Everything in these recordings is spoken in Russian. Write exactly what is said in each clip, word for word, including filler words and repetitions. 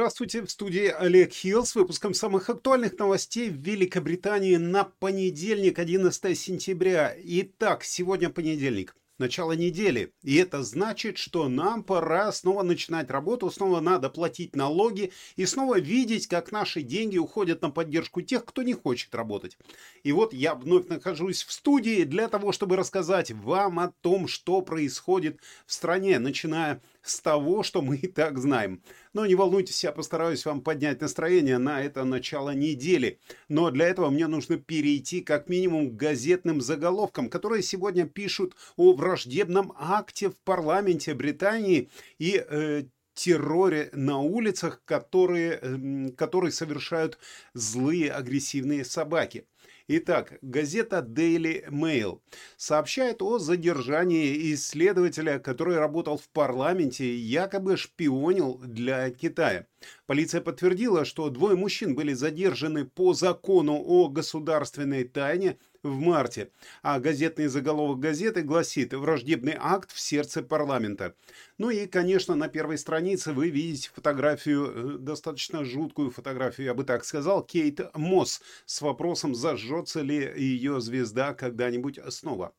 Здравствуйте, в студии Олег Хилл с выпуском самых актуальных новостей в Великобритании на понедельник, одиннадцатое сентября. Итак, сегодня понедельник, начало недели, и это значит, что нам пора снова начинать работу, снова надо платить налоги и снова видеть, как наши деньги уходят на поддержку тех, кто не хочет работать. И вот я вновь нахожусь в студии для того, чтобы рассказать вам о том, что происходит в стране, начиная с того, что мы и так знаем. Но не волнуйтесь, я постараюсь вам поднять настроение на это начало недели. Но для этого мне нужно перейти как минимум к газетным заголовкам, которые сегодня пишут о враждебном акте в парламенте Британии и э, терроре на улицах, которые, э, которые совершают злые агрессивные собаки. Итак, газета Daily Mail сообщает о задержании исследователя, который работал в парламенте и якобы шпионил для Китая. Полиция подтвердила, что двое мужчин были задержаны по закону о государственной тайне в марте, а газетный заголовок газеты гласит «Враждебный акт в сердце парламента». Ну и, конечно, на первой странице вы видите фотографию, достаточно жуткую фотографию, я бы так сказал, Кейт Мосс с вопросом, зажжется ли ее звезда когда-нибудь снова.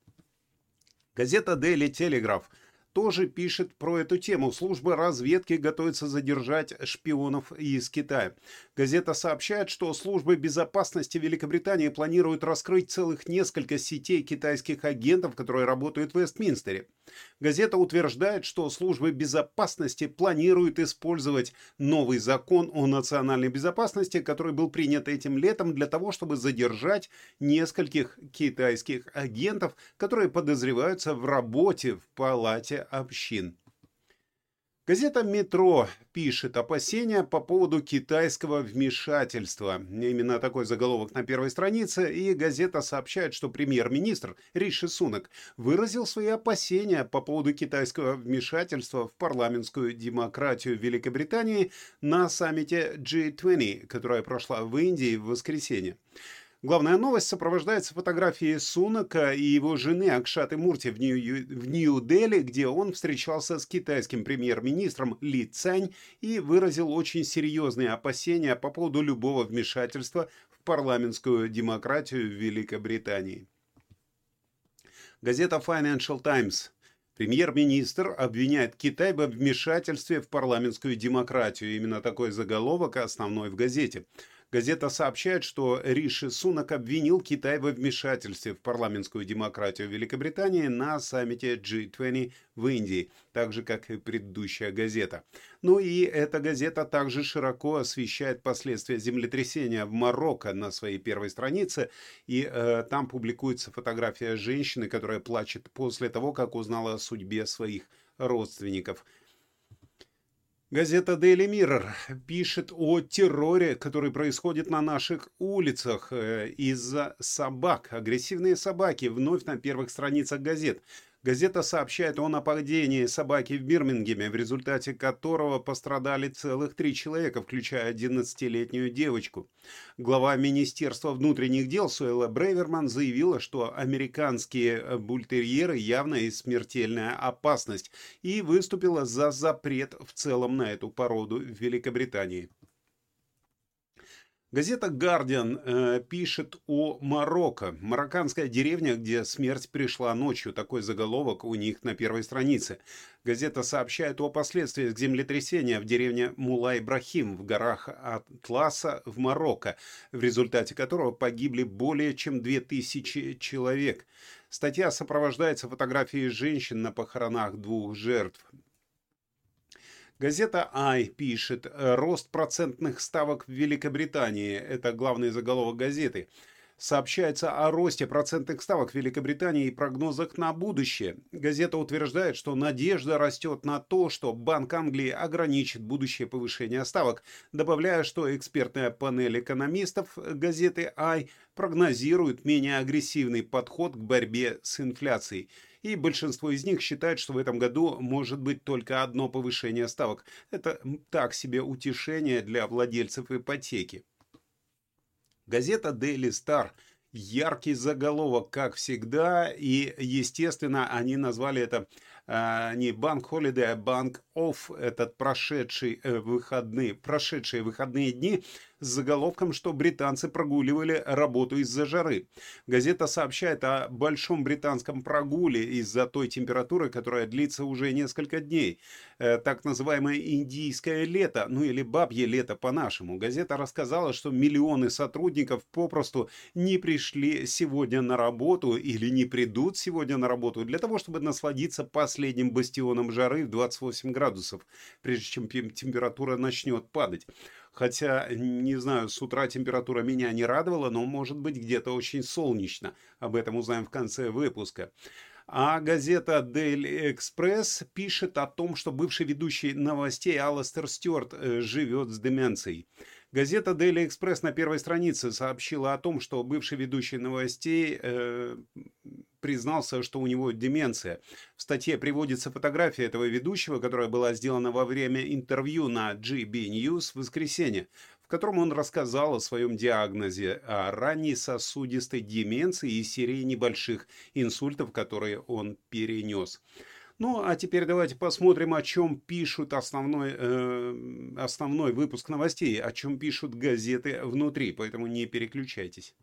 Газета Daily Telegraph тоже пишет про эту тему. Служба разведки готовится задержать шпионов из Китая. Газета сообщает, что службы безопасности Великобритании планируют раскрыть целых несколько сетей китайских агентов, которые работают в Вестминстере. Газета утверждает, что службы безопасности планируют использовать новый закон о национальной безопасности, который был принят этим летом для того, чтобы задержать нескольких китайских агентов, которые подозреваются в работе в палате общин. Газета «Метро» пишет опасения по поводу китайского вмешательства. Именно такой заголовок на первой странице. И газета сообщает, что премьер-министр Риши Сунак выразил свои опасения по поводу китайского вмешательства в парламентскую демократию Великобритании на саммите джи двадцать, которая прошла в Индии в воскресенье. Главная новость сопровождается фотографией Сунака и его жены Акшаты Мурти в Нью- в Нью-Дели, где он встречался с китайским премьер-министром Ли Цянь и выразил очень серьезные опасения по поводу любого вмешательства в парламентскую демократию в Великобритании. Газета Financial Times. Премьер-министр обвиняет Китай во вмешательстве в парламентскую демократию. Именно такой заголовок основной в газете. Газета сообщает, что Риши Сунак обвинил Китай во вмешательстве в парламентскую демократию Великобритании на саммите джи двадцать в Индии, так же, как и предыдущая газета. Ну и эта газета также широко освещает последствия землетрясения в Марокко на своей первой странице, и э, там публикуется фотография женщины, которая плачет после того, как узнала о судьбе своих родственников. Газета Daily Mirror пишет о терроре, который происходит на наших улицах э, из-за собак. Агрессивные собаки вновь на первых страницах газет. Газета сообщает о нападении собаки в Бирмингеме, в результате которого пострадали целых три человека, включая одиннадцатилетнюю девочку. Глава Министерства внутренних дел Суэлла Брейверман заявила, что американские бультерьеры явная и смертельная опасность, и выступила за запрет в целом на эту породу в Великобритании. Газета «Гардиан» э, пишет о Марокко. Марокканская деревня, где смерть пришла ночью. Такой заголовок у них на первой странице. Газета сообщает о последствиях землетрясения в деревне Мулай-Брахим в горах Атласа в Марокко, в результате которого погибли более чем две тысячи человек. Статья сопровождается фотографией женщин на похоронах двух жертв. Газета Ай пишет «Рост процентных ставок в Великобритании». Это главный заголовок газеты. Сообщается о росте процентных ставок в Великобритании и прогнозах на будущее. Газета утверждает, что надежда растет на то, что Банк Англии ограничит будущее повышение ставок, добавляя, что экспертная панель экономистов газеты Ай прогнозирует менее агрессивный подход к борьбе с инфляцией. И большинство из них считает, что в этом году может быть только одно повышение ставок. Это так себе утешение для владельцев ипотеки. Газета Daily Star. Яркий заголовок, как всегда, и, естественно, они назвали это а, не банк Holiday, а банк Off, этот прошедший э, выходные, прошедшие выходные дни, с заголовком, что британцы прогуливали работу из-за жары. Газета сообщает о большом британском прогуле из-за той температуры, которая длится уже несколько дней. Э, так называемое индийское лето, ну или бабье лето по-нашему. Газета рассказала, что миллионы сотрудников попросту не пришли сегодня на работу или не придут сегодня на работу для того, чтобы насладиться последним бастионом жары в двадцать восемь градусов, прежде чем температура начнет падать. Хотя, не знаю, с утра температура меня не радовала, но может быть где-то очень солнечно. Об этом узнаем в конце выпуска. А газета Daily Express пишет о том, что бывший ведущий новостей Аластер Стюарт э, живет с деменцией. Газета Daily Express на первой странице сообщила о том, что бывший ведущий новостей э, признался, что у него деменция. В статье приводится фотография этого ведущего, которая была сделана во время интервью на джи би News в воскресенье, в котором он рассказал о своем диагнозе, о ранней сосудистой деменции и серии небольших инсультов, которые он перенес. Ну, а теперь давайте посмотрим, о чем пишут основной, э, основной выпуск новостей, о чем пишут газеты внутри, поэтому не переключайтесь.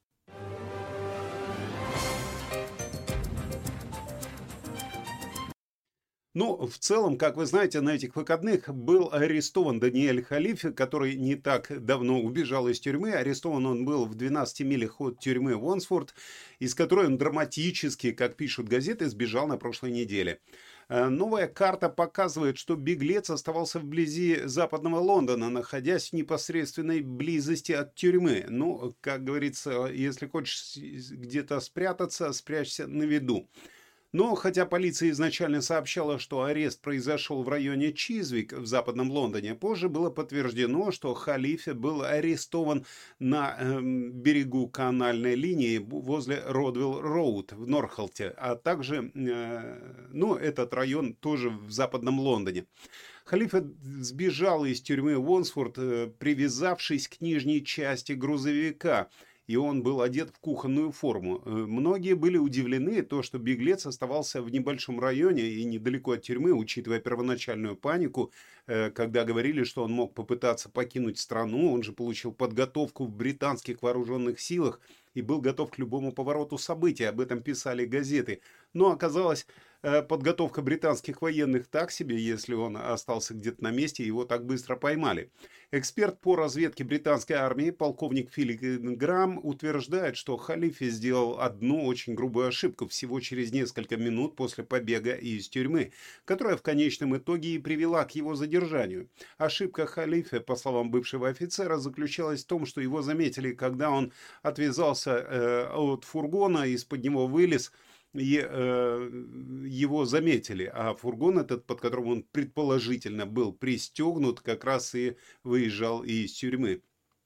Ну, в целом, как вы знаете, на этих выходных был арестован Даниэль Халифи, который не так давно убежал из тюрьмы. Арестован он был в двенадцати милях от тюрьмы Уонсфорд, из которой он драматически, как пишут газеты, сбежал на прошлой неделе. Новая карта показывает, что беглец оставался вблизи западного Лондона, находясь в непосредственной близости от тюрьмы. Ну, как говорится, если хочешь где-то спрятаться, спрячься на виду. Но хотя полиция изначально сообщала, что арест произошел в районе Чизвик в западном Лондоне, позже было подтверждено, что Халифе был арестован на э, берегу канальной линии возле Родвилл-Роуд в Норхолте, а также, э, ну, этот район тоже в западном Лондоне. Халифе сбежал из тюрьмы Уонсфорд, э, привязавшись к нижней части грузовика, и он был одет в кухонную форму. Многие были удивлены, то, что беглец оставался в небольшом районе и недалеко от тюрьмы, учитывая первоначальную панику, когда говорили, что он мог попытаться покинуть страну. Он же получил подготовку в британских вооруженных силах и был готов к любому повороту событий. Об этом писали газеты. Но оказалось, подготовка британских военных так себе, если он остался где-то на месте, его так быстро поймали. Эксперт по разведке британской армии, полковник Филипп Грам, утверждает, что Халифе сделал одну очень грубую ошибку всего через несколько минут после побега из тюрьмы, которая в конечном итоге и привела к его задержанию. Ошибка Халифе, по словам бывшего офицера, заключалась в том, что его заметили, когда он отвязался э, от фургона, из-под него вылез, и э, его заметили, а фургон этот, под которым он предположительно был пристегнут, как раз и выезжал из тюрьмы.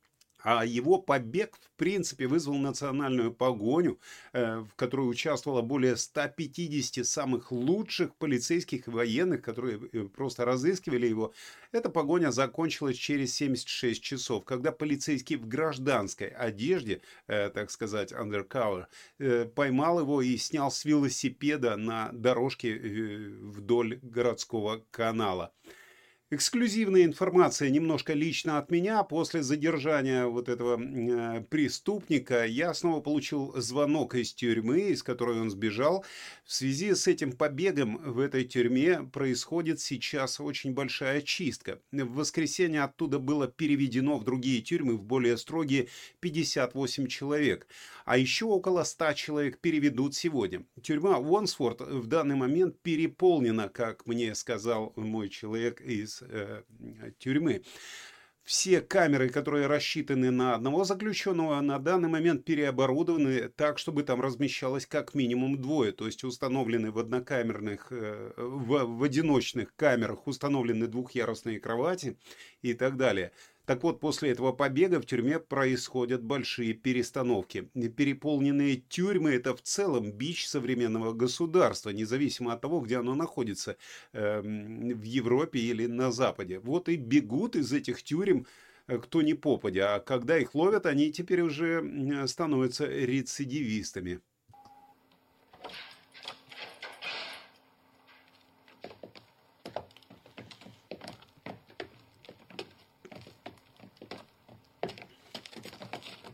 А его побег, в принципе, вызвал национальную погоню, э, в которой участвовало более ста пятидесяти самых лучших полицейских и военных, которые просто разыскивали его. Эта погоня закончилась через семьдесят шесть часов, когда полицейский в гражданской одежде, э, так сказать, undercover, э, поймал его и снял с велосипеда на дорожке э, вдоль городского канала. Эксклюзивная информация немножко лично от меня. После задержания вот этого э, преступника я снова получил звонок из тюрьмы, из которой он сбежал. В связи с этим побегом в этой тюрьме происходит сейчас очень большая чистка. В воскресенье оттуда было переведено в другие тюрьмы, в более строгие, пятьдесят восемь человек. А еще около ста человек переведут сегодня. Тюрьма Уонсфорд в данный момент переполнена, как мне сказал мой человек из э, тюрьмы. Все камеры, которые рассчитаны на одного заключенного, на данный момент переоборудованы так, чтобы там размещалось как минимум двое. То есть установлены в однокамерных, э, в, в одиночных камерах установлены двухъярусные кровати и так далее. Так вот, после этого побега в тюрьме происходят большие перестановки. Переполненные тюрьмы – это в целом бич современного государства, независимо от того, где оно находится, э, в Европе или на Западе. Вот и бегут из этих тюрем кто ни попадя, а когда их ловят, они теперь уже становятся рецидивистами.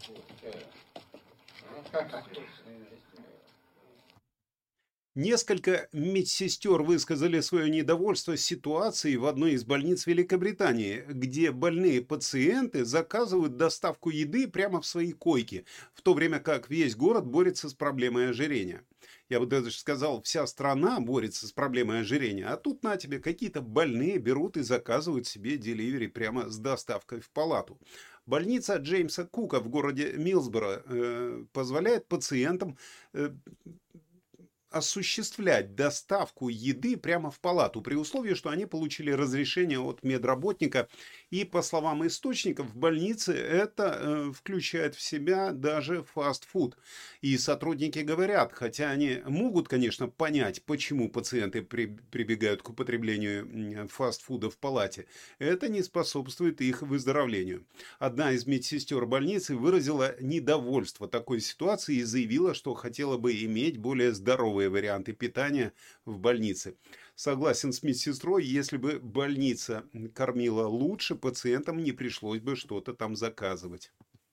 Несколько медсестер высказали свое недовольство ситуацией в одной из больниц Великобритании, где больные пациенты заказывают доставку еды прямо в свои койки, в то время как весь город борется с проблемой ожирения. Я бы даже сказал, вся страна борется с проблемой ожирения, а тут на тебе какие-то больные берут и заказывают себе деливери прямо с доставкой в палату. Больница Джеймса Кука в городе Милсборо э, позволяет пациентам э, осуществлять доставку еды прямо в палату, при условии, что они получили разрешение от медработника. И по словам источников, в больнице это э, включает в себя даже фастфуд. И сотрудники говорят, хотя они могут, конечно, понять, почему пациенты при, прибегают к употреблению фастфуда в палате, это не способствует их выздоровлению. Одна из медсестер больницы выразила недовольство такой ситуацией и заявила, что хотела бы иметь более здоровые варианты питания в больнице. Согласен с медсестрой, если бы больница кормила лучше, пациентам не пришлось бы что-то там заказывать.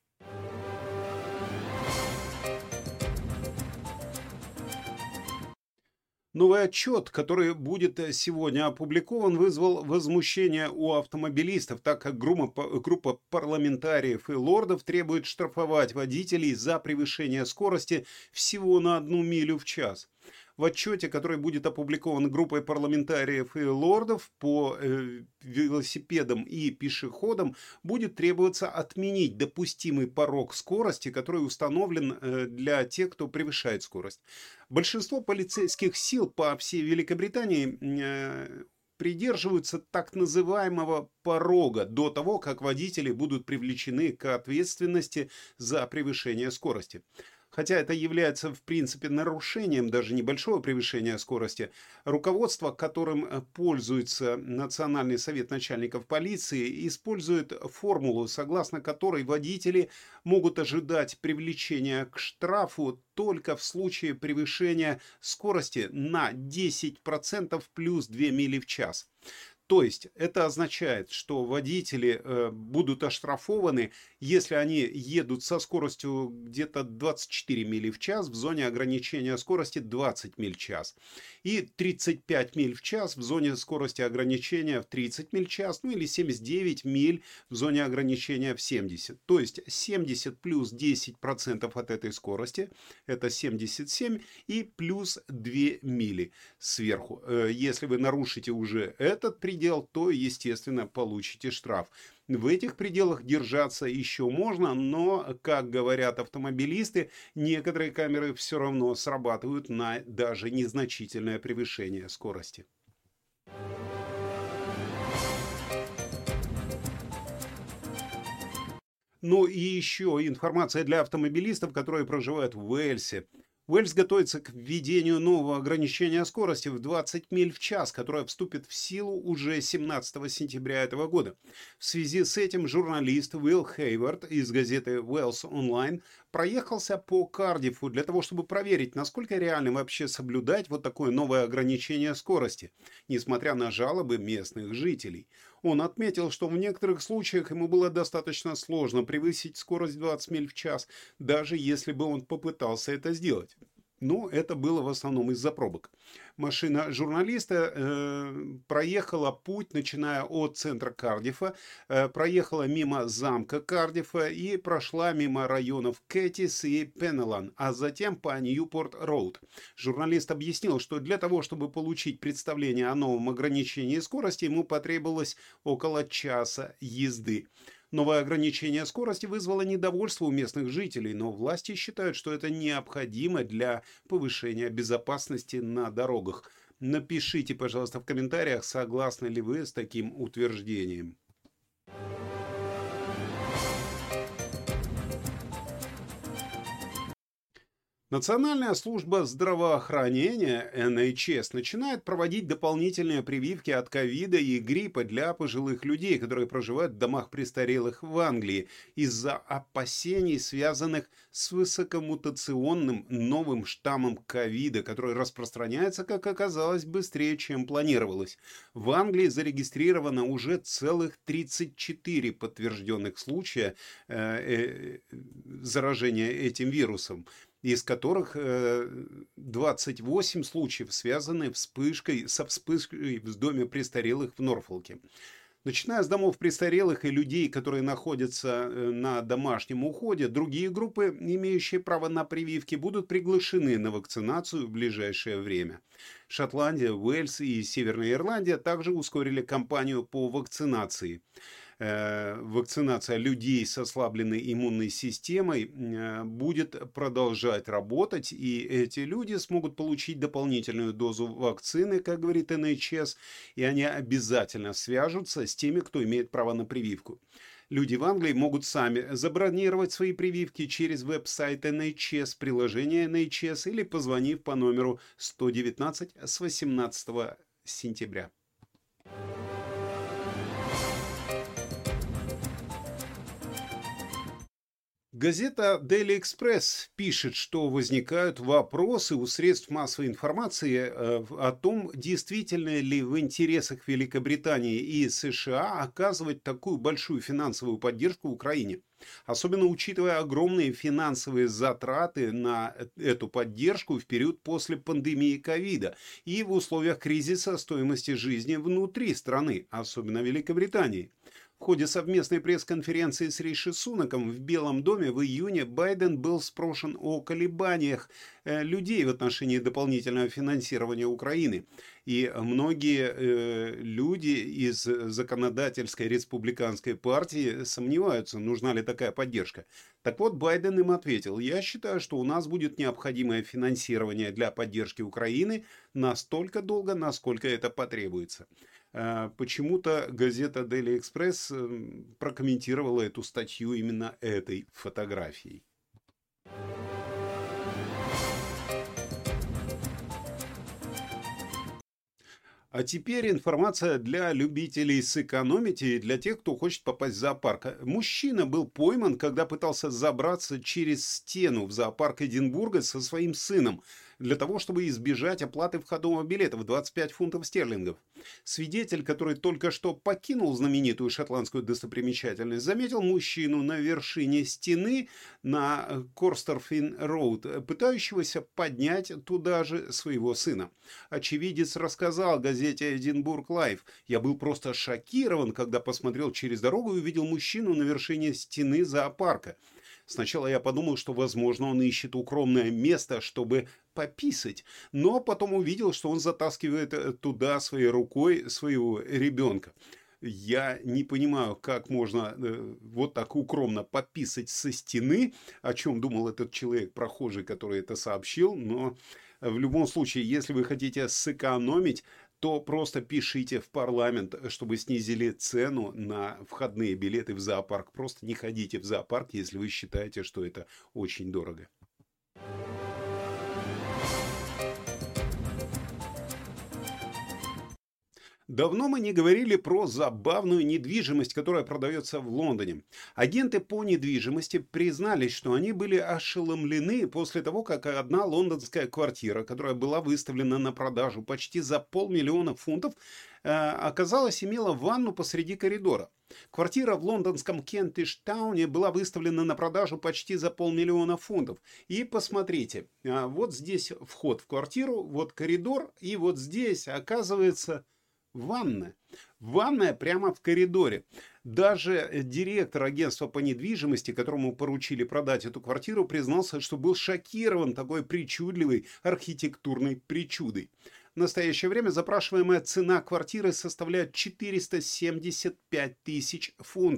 Новый отчет, который будет сегодня опубликован, вызвал возмущение у автомобилистов, так как группа, группа парламентариев и лордов требует штрафовать водителей за превышение скорости всего на одну милю в час. В отчете, который будет опубликован группой парламентариев и лордов по э, велосипедам и пешеходам, будет требоваться отменить допустимый порог скорости, который установлен э, для тех, кто превышает скорость. Большинство полицейских сил по всей Великобритании э, придерживаются так называемого порога до того, как водители будут привлечены к ответственности за превышение скорости. Хотя это является в принципе нарушением даже небольшого превышения скорости, руководство, которым пользуется Национальный совет начальников полиции, использует формулу, согласно которой водители могут ожидать привлечения к штрафу только в случае превышения скорости на десять процентов плюс две мили в час. То есть это означает, что водители э, будут оштрафованы, если они едут со скоростью где-то двадцать четыре мили в час в зоне ограничения скорости двадцать миль в час. И тридцать пять миль в час в зоне скорости ограничения в тридцать миль в час, ну или семьдесят девять миль в зоне ограничения в семьдесят. То есть семьдесят плюс десять процентов от этой скорости, это семьдесят семь, и плюс две мили сверху. Э, если вы нарушите уже этот предел, то, естественно, получите штраф. В этих пределах держаться еще можно, но, как говорят автомобилисты, некоторые камеры все равно срабатывают на даже незначительное превышение скорости. Ну и еще информация для автомобилистов, которые проживают в Уэльсе. Уэльс готовится к введению нового ограничения скорости в двадцать миль в час, которое вступит в силу уже семнадцатого сентября этого года. В связи с этим журналист Уилл Хейвард из газеты Wales Online проехался по Кардифу для того, чтобы проверить, насколько реально вообще соблюдать вот такое новое ограничение скорости, несмотря на жалобы местных жителей. Он отметил, что в некоторых случаях ему было достаточно сложно превысить скорость двадцать миль в час, даже если бы он попытался это сделать. Но это было в основном из-за пробок. Машина журналиста э, проехала путь, начиная от центра Кардифа, э, проехала мимо замка Кардифа и прошла мимо районов Кэтис и Пенелан, а затем по Ньюпорт-Роуд. Журналист объяснил, что для того, чтобы получить представление о новом ограничении скорости, ему потребовалось около часа езды. Новое ограничение скорости вызвало недовольство у местных жителей, но власти считают, что это необходимо для повышения безопасности на дорогах. Напишите, пожалуйста, в комментариях, согласны ли вы с таким утверждением. Национальная служба здравоохранения Н H S начинает проводить дополнительные прививки от ковида и гриппа для пожилых людей, которые проживают в домах престарелых в Англии, из-за опасений, связанных с высокомутационным новым штаммом ковида, который распространяется, как оказалось, быстрее, чем планировалось. В Англии зарегистрировано уже целых тридцать четыре подтвержденных случая э, э, заражения этим вирусом, из которых двадцать восемь случаев связаны вспышкой, со вспышкой в доме престарелых в Норфолке. Начиная с домов престарелых и людей, которые находятся на домашнем уходе, другие группы, имеющие право на прививки, будут приглашены на вакцинацию в ближайшее время. Шотландия, Уэльс и Северная Ирландия также ускорили кампанию по вакцинации. Вакцинация людей с ослабленной иммунной системой будет продолжать работать, и эти люди смогут получить дополнительную дозу вакцины, как говорит Н H S, и они обязательно свяжутся с теми, кто имеет право на прививку. Люди в Англии могут сами забронировать свои прививки через веб-сайт Н H S, приложение Н H S или позвонив по номеру сто девятнадцать с восемнадцатого сентября. Газета Daily Express пишет, что возникают вопросы у средств массовой информации о том, действительно ли в интересах Великобритании и США оказывать такую большую финансовую поддержку Украине. Особенно учитывая огромные финансовые затраты на эту поддержку в период после пандемии ковида и в условиях кризиса стоимости жизни внутри страны, особенно Великобритании. В ходе совместной пресс-конференции с Риши Сунаком в Белом доме в июне Байден был спрошен о колебаниях э, людей в отношении дополнительного финансирования Украины. И многие э, люди из законодательской республиканской партии сомневаются, нужна ли такая поддержка. Так вот, Байден им ответил: «Я считаю, что у нас будет необходимое финансирование для поддержки Украины настолько долго, насколько это потребуется». Почему-то газета Daily Express прокомментировала эту статью именно этой фотографией. А теперь информация для любителей сэкономить и для тех, кто хочет попасть в зоопарк. Мужчина был пойман, когда пытался забраться через стену в зоопарк Эдинбурга со своим сыном, для того, чтобы избежать оплаты входного билета в двадцать пять фунтов стерлингов. Свидетель, который только что покинул знаменитую шотландскую достопримечательность, заметил мужчину на вершине стены на Корстерфин-роуд, пытающегося поднять туда же своего сына. Очевидец рассказал газете «Эдинбург Лайв»: «Я был просто шокирован, когда посмотрел через дорогу и увидел мужчину на вершине стены зоопарка. Сначала я подумал, что, возможно, он ищет укромное место, чтобы пописать, но потом увидел, что он затаскивает туда своей рукой своего ребенка. Я не понимаю, как можно э, вот так укромно пописать со стены, о чем думал этот человек, прохожий, который это сообщил, но в любом случае, если вы хотите сэкономить, то просто пишите в парламент, чтобы снизили цену на входные билеты в зоопарк. Просто не ходите в зоопарк, если вы считаете, что это очень дорого. Давно мы не говорили про забавную недвижимость, которая продается в Лондоне. Агенты по недвижимости признались, что они были ошеломлены после того, как одна лондонская квартира, которая была выставлена на продажу почти за полмиллиона фунтов, оказалось, имела ванну посреди коридора. Квартира в лондонском Кентиш-тауне была выставлена на продажу почти за полмиллиона фунтов. И посмотрите, вот здесь вход в квартиру, вот коридор, и вот здесь, оказывается, ванная. Ванная прямо в коридоре. Даже директор агентства по недвижимости, которому поручили продать эту квартиру, признался, что был шокирован такой причудливой архитектурной причудой. В настоящее время запрашиваемая цена квартиры составляет четыреста семьдесят пять тысяч фунтов.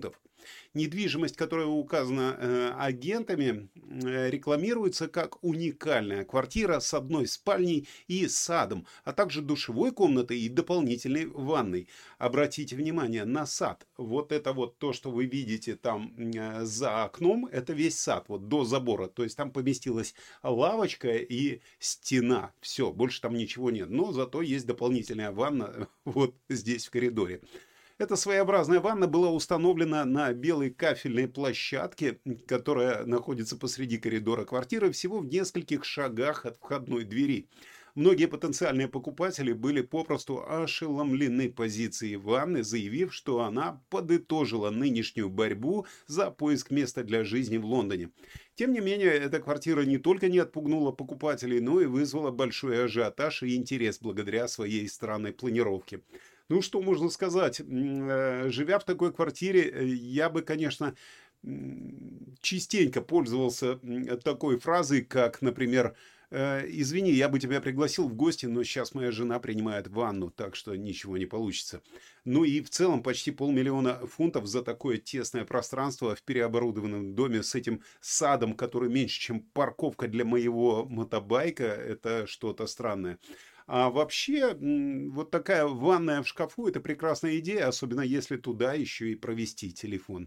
Недвижимость, которая указана э, агентами, э, рекламируется как уникальная квартира с одной спальней и садом, а также душевой комнатой и дополнительной ванной. Обратите внимание на сад. Вот это вот то, что вы видите там э, за окном, это весь сад, вот до забора. То есть там поместилась лавочка и стена. Все, больше там ничего нет. Но зато есть дополнительная ванна вот здесь в коридоре. Эта своеобразная ванна была установлена на белой кафельной площадке, которая находится посреди коридора квартиры, всего в нескольких шагах от входной двери. Многие потенциальные покупатели были попросту ошеломлены позицией ванны, заявив, что она подытожила нынешнюю борьбу за поиск места для жизни в Лондоне. Тем не менее, эта квартира не только не отпугнула покупателей, но и вызвала большой ажиотаж и интерес благодаря своей странной планировке. Ну, что можно сказать? Живя в такой квартире, я бы, конечно, частенько пользовался такой фразой, как, например, «Извини, я бы тебя пригласил в гости, но сейчас моя жена принимает ванну, так что ничего не получится». Ну и в целом почти полмиллиона фунтов за такое тесное пространство в переоборудованном доме с этим садом, который меньше, чем парковка для моего мотобайка, это что-то странное. А вообще, вот такая ванная в шкафу – это прекрасная идея, особенно если туда еще и провести телефон.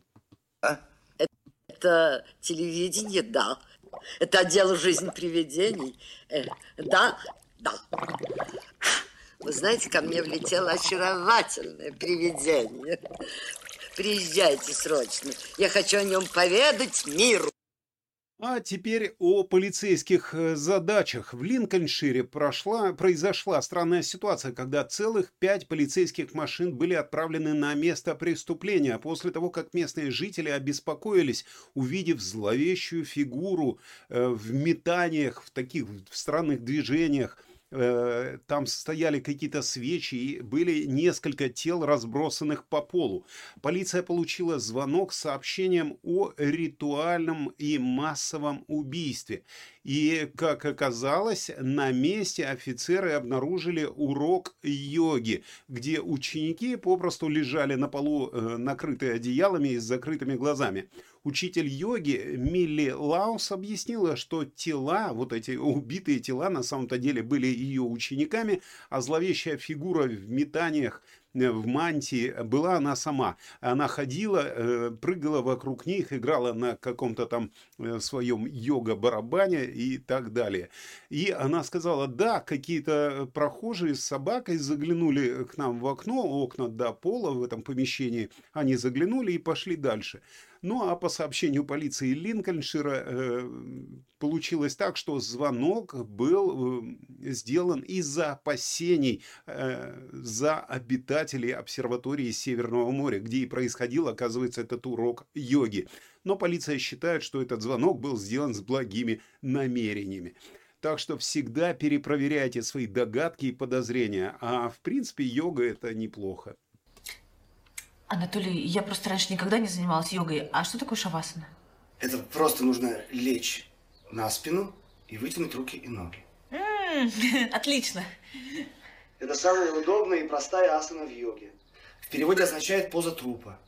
Это телевидение, да. Это отдел «Жизнь привидений». Э, да, да. Вы знаете, ко мне влетело очаровательное привидение. Приезжайте срочно. Я хочу о нем поведать миру. А теперь о полицейских задачах. В Линкольншире прошла, произошла странная ситуация, когда целых пять полицейских машин были отправлены на место преступления, после того, как местные жители обеспокоились, увидев зловещую фигуру э, в метаниях, в таких в странных движениях. Э, там стояли какие-то свечи и были несколько тел, разбросанных по полу. Полиция получила звонок с сообщением о ритуальном и массовом убийстве. И, как оказалось, на месте офицеры обнаружили урок йоги, где ученики попросту лежали на полу, э, накрытые одеялами и с закрытыми глазами. Учитель йоги Милли Лаус объяснила, что тела, вот эти убитые тела, на самом-то деле были ее учениками, а зловещая фигура в метаниях, в мантии была она сама. Она ходила, прыгала вокруг них, играла на каком-то там своем йога-барабане и так далее. И она сказала, да, какие-то прохожие с собакой заглянули к нам в окно, окна до пола в этом помещении, они заглянули и пошли дальше. Ну, а по сообщению полиции Линкольншира э, получилось так, что звонок был э, сделан из-за опасений э, за обитателей обсерватории Северного моря, где и происходил, оказывается, этот урок йоги. Но полиция считает, что этот звонок был сделан с благими намерениями. Так что всегда перепроверяйте свои догадки и подозрения. А в принципе йога – это неплохо. Анатолий, я просто раньше никогда не занималась йогой. А что такое шавасана? Это просто нужно лечь на спину и вытянуть руки и ноги. М-м, отлично. Это самая удобная и простая асана в йоге. В переводе означает поза трупа.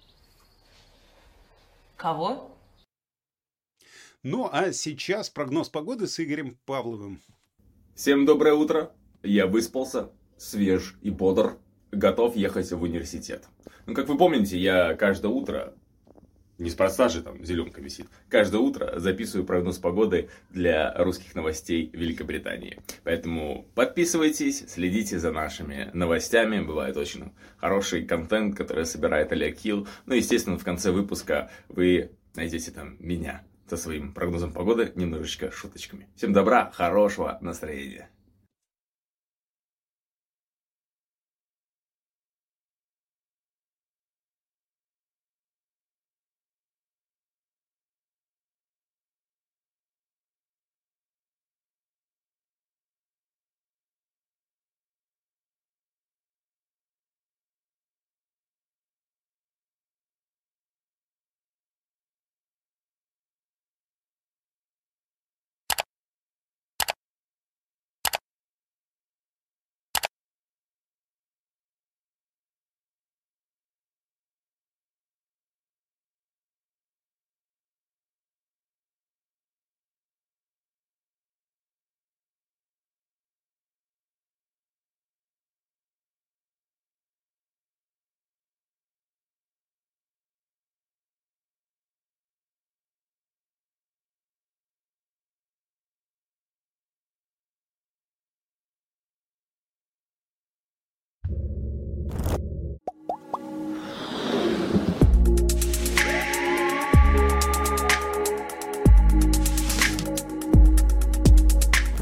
Кого? Ну, а сейчас прогноз погоды с Игорем Павловым. Всем доброе утро. Я выспался, свеж и бодр, готов ехать в университет. Ну, как вы помните, я каждое утро, неспроста же там зеленка висит, каждое утро записываю прогноз погоды для русских новостей Великобритании. Поэтому подписывайтесь, следите за нашими новостями. Бывает очень хороший контент, который собирает Олег Хилл. Ну, естественно, в конце выпуска вы найдете там меня со своим прогнозом погоды, немножечко шуточками. Всем добра, хорошего настроения.